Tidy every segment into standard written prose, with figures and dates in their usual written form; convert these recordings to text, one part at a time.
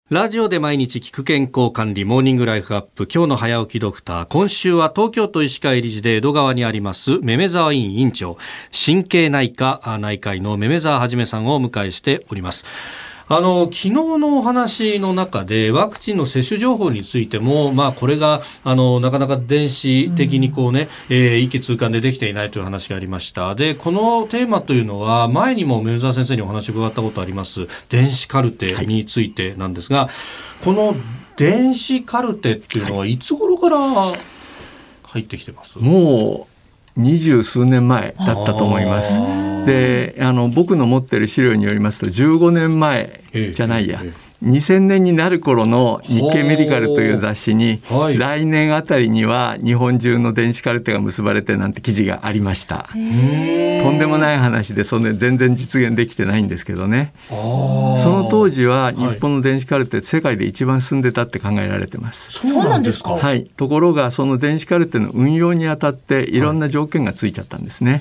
ラジオで毎日聞く健康管理モーニングライフアップ、今日の早起きドクター。今週は東京都医師会理事で江戸川にありますめめ沢院院長、神経内科内科医のめめ沢はじめさんをお迎えしております。昨日のお話の中でワクチンの接種情報についても、これがなかなか電子的に一気通貫でできていないという話がありました。で、このテーマというのは前にも梅沢先生にお話を伺ったことあります電子カルテについてなんですが、この電子カルテっていうのはいつ頃から入ってきてます？ もう20数年前だったと思います。で、僕の持っている資料によりますと15年前じゃないや、2000年になる頃の日経メディカルという雑誌に、来年あたりには日本中の電子カルテが結ばれてなんて記事がありました。とんでもない話で、それ全然実現できてないんですけどね。その当時は日本の電子カルテ世界で一番進んでたって考えられてます。 そうなんですか？ はい。ところがその電子カルテの運用にあたっていろんな条件がついちゃったんですね。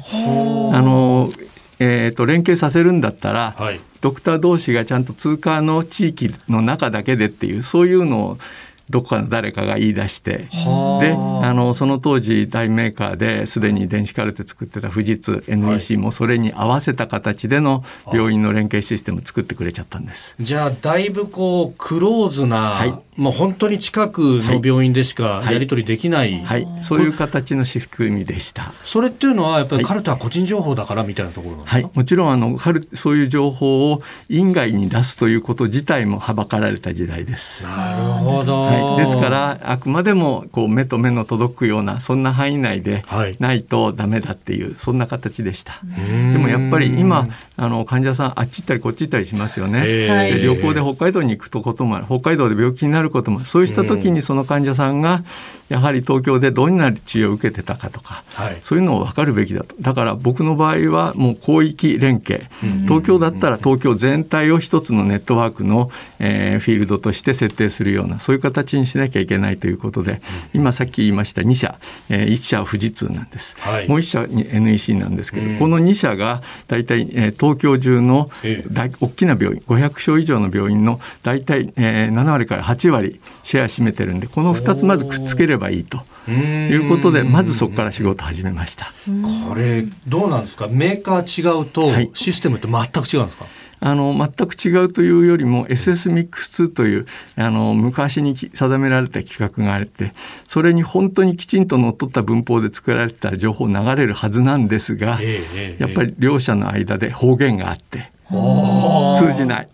連携させるんだったら、ドクター同士がちゃんと通貨の地域の中だけでっていう、そういうのをどこかの誰かが言い出して、でその当時大メーカーですでに電子カルテ作ってた富士通 NEC もそれに合わせた形での病院の連携システムを作ってくれちゃったんです。 じゃあだいぶクローズな、もう本当に近くの病院でしかやり取りできない、 そういう形の仕組みでした。 それっていうのはやっぱりカルテは個人情報だからみたいなところなんですか？ もちろんそういう情報を院外に出すということ自体もはばかられた時代です。 なるほど。 ですからあくまでも目と目の届くようなそんな範囲内でないとダメだっていう、そんな形でした。でもやっぱり今患者さんあっち行ったりこっち行ったりしますよね。で旅行で北海道に行くこともある、北海道で病気になることもある。そうした時にその患者さんがやはり東京でどんな治療を受けてたかとか、そういうのを分かるべきだと。だから僕の場合はもう広域連携、東京だったら東京全体を一つのネットワークの、フィールドとして設定するような、そういう形にしなきゃいけないということで、今さっき言いました2社、1社は富士通なんです、もう1社に NEC なんですけど、この2社がだいたい東京中の大きな病院500床以上の病院のだいたい7割から8割シェア占めてるんで、この2つまずくっつければいいということで、まずそこから仕事始めました。 これどうなんですか？メーカー違うとシステムって全く違うんですか？ 全く違うというよりも SS-MIX2 という昔に定められた規格があって、それに本当にきちんとのっとった文法で作られた情報流れるはずなんですが、やっぱり両者の間で方言があって通じない、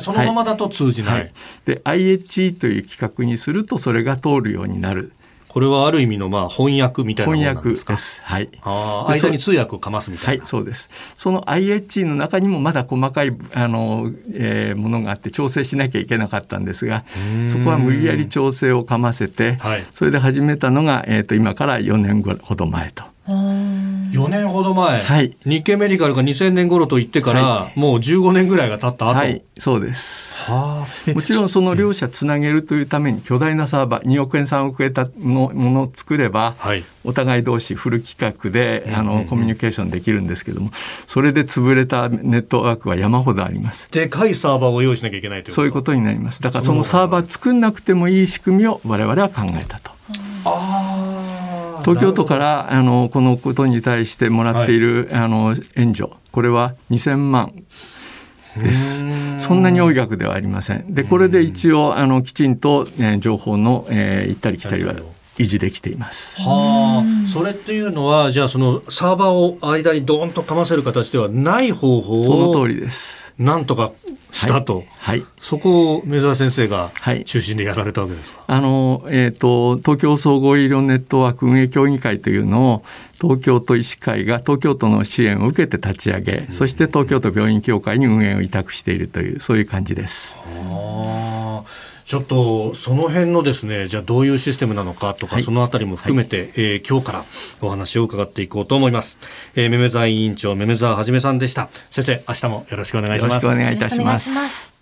そのままだと通じない、 で IHE という規格にするとそれが通るようになる。 これはある意味の翻訳みたいなものなんですか？ 翻訳です。 間に通訳をかますみたいな。 そうです。その IHE の中にもまだ細かいものがあって調整しなきゃいけなかったんですが、そこは無理やり調整をかませて、それで始めたのが、今から4年ほど前と。 4年ほど前、日経メディカルが2000年頃と言ってから、もう15年ぐらいが経った後。 そうです。もちろんその両者つなげるというために巨大なサーバー2億円3億円のものを作れば、お互い同士フル規格でコミュニケーションできるんですけども、それで潰れたネットワークは山ほどあります。 でかいサーバーを用意しなきゃいけないということ。 そういうことになります。だからそのサーバー作んなくてもいい仕組みを我々は考えたと。東京都からこのことに対してもらっている、援助、これは2000万です。そんなに多い額ではありません。でこれで一応きちんと、情報の、行ったり来たりは維持できています。 それっていうのはじゃあそのサーバーを間にドーンとかませる形ではない方法をその通りです。 なんとかしたと、そこを梅沢先生が中心でやられたわけですか？ 東京総合医療ネットワーク運営協議会というのを東京都医師会が東京都の支援を受けて立ち上げ、そして東京都病院協会に運営を委託しているという、そういう感じです。 ちょっとその辺のですね、じゃあどういうシステムなのかとか、そのあたりも含めて、今日からお話を伺っていこうと思います。めめ沢委員長、めめ沢はじめさんでした。先生、明日もよろしくお願いします。 よろしくお願いいたします。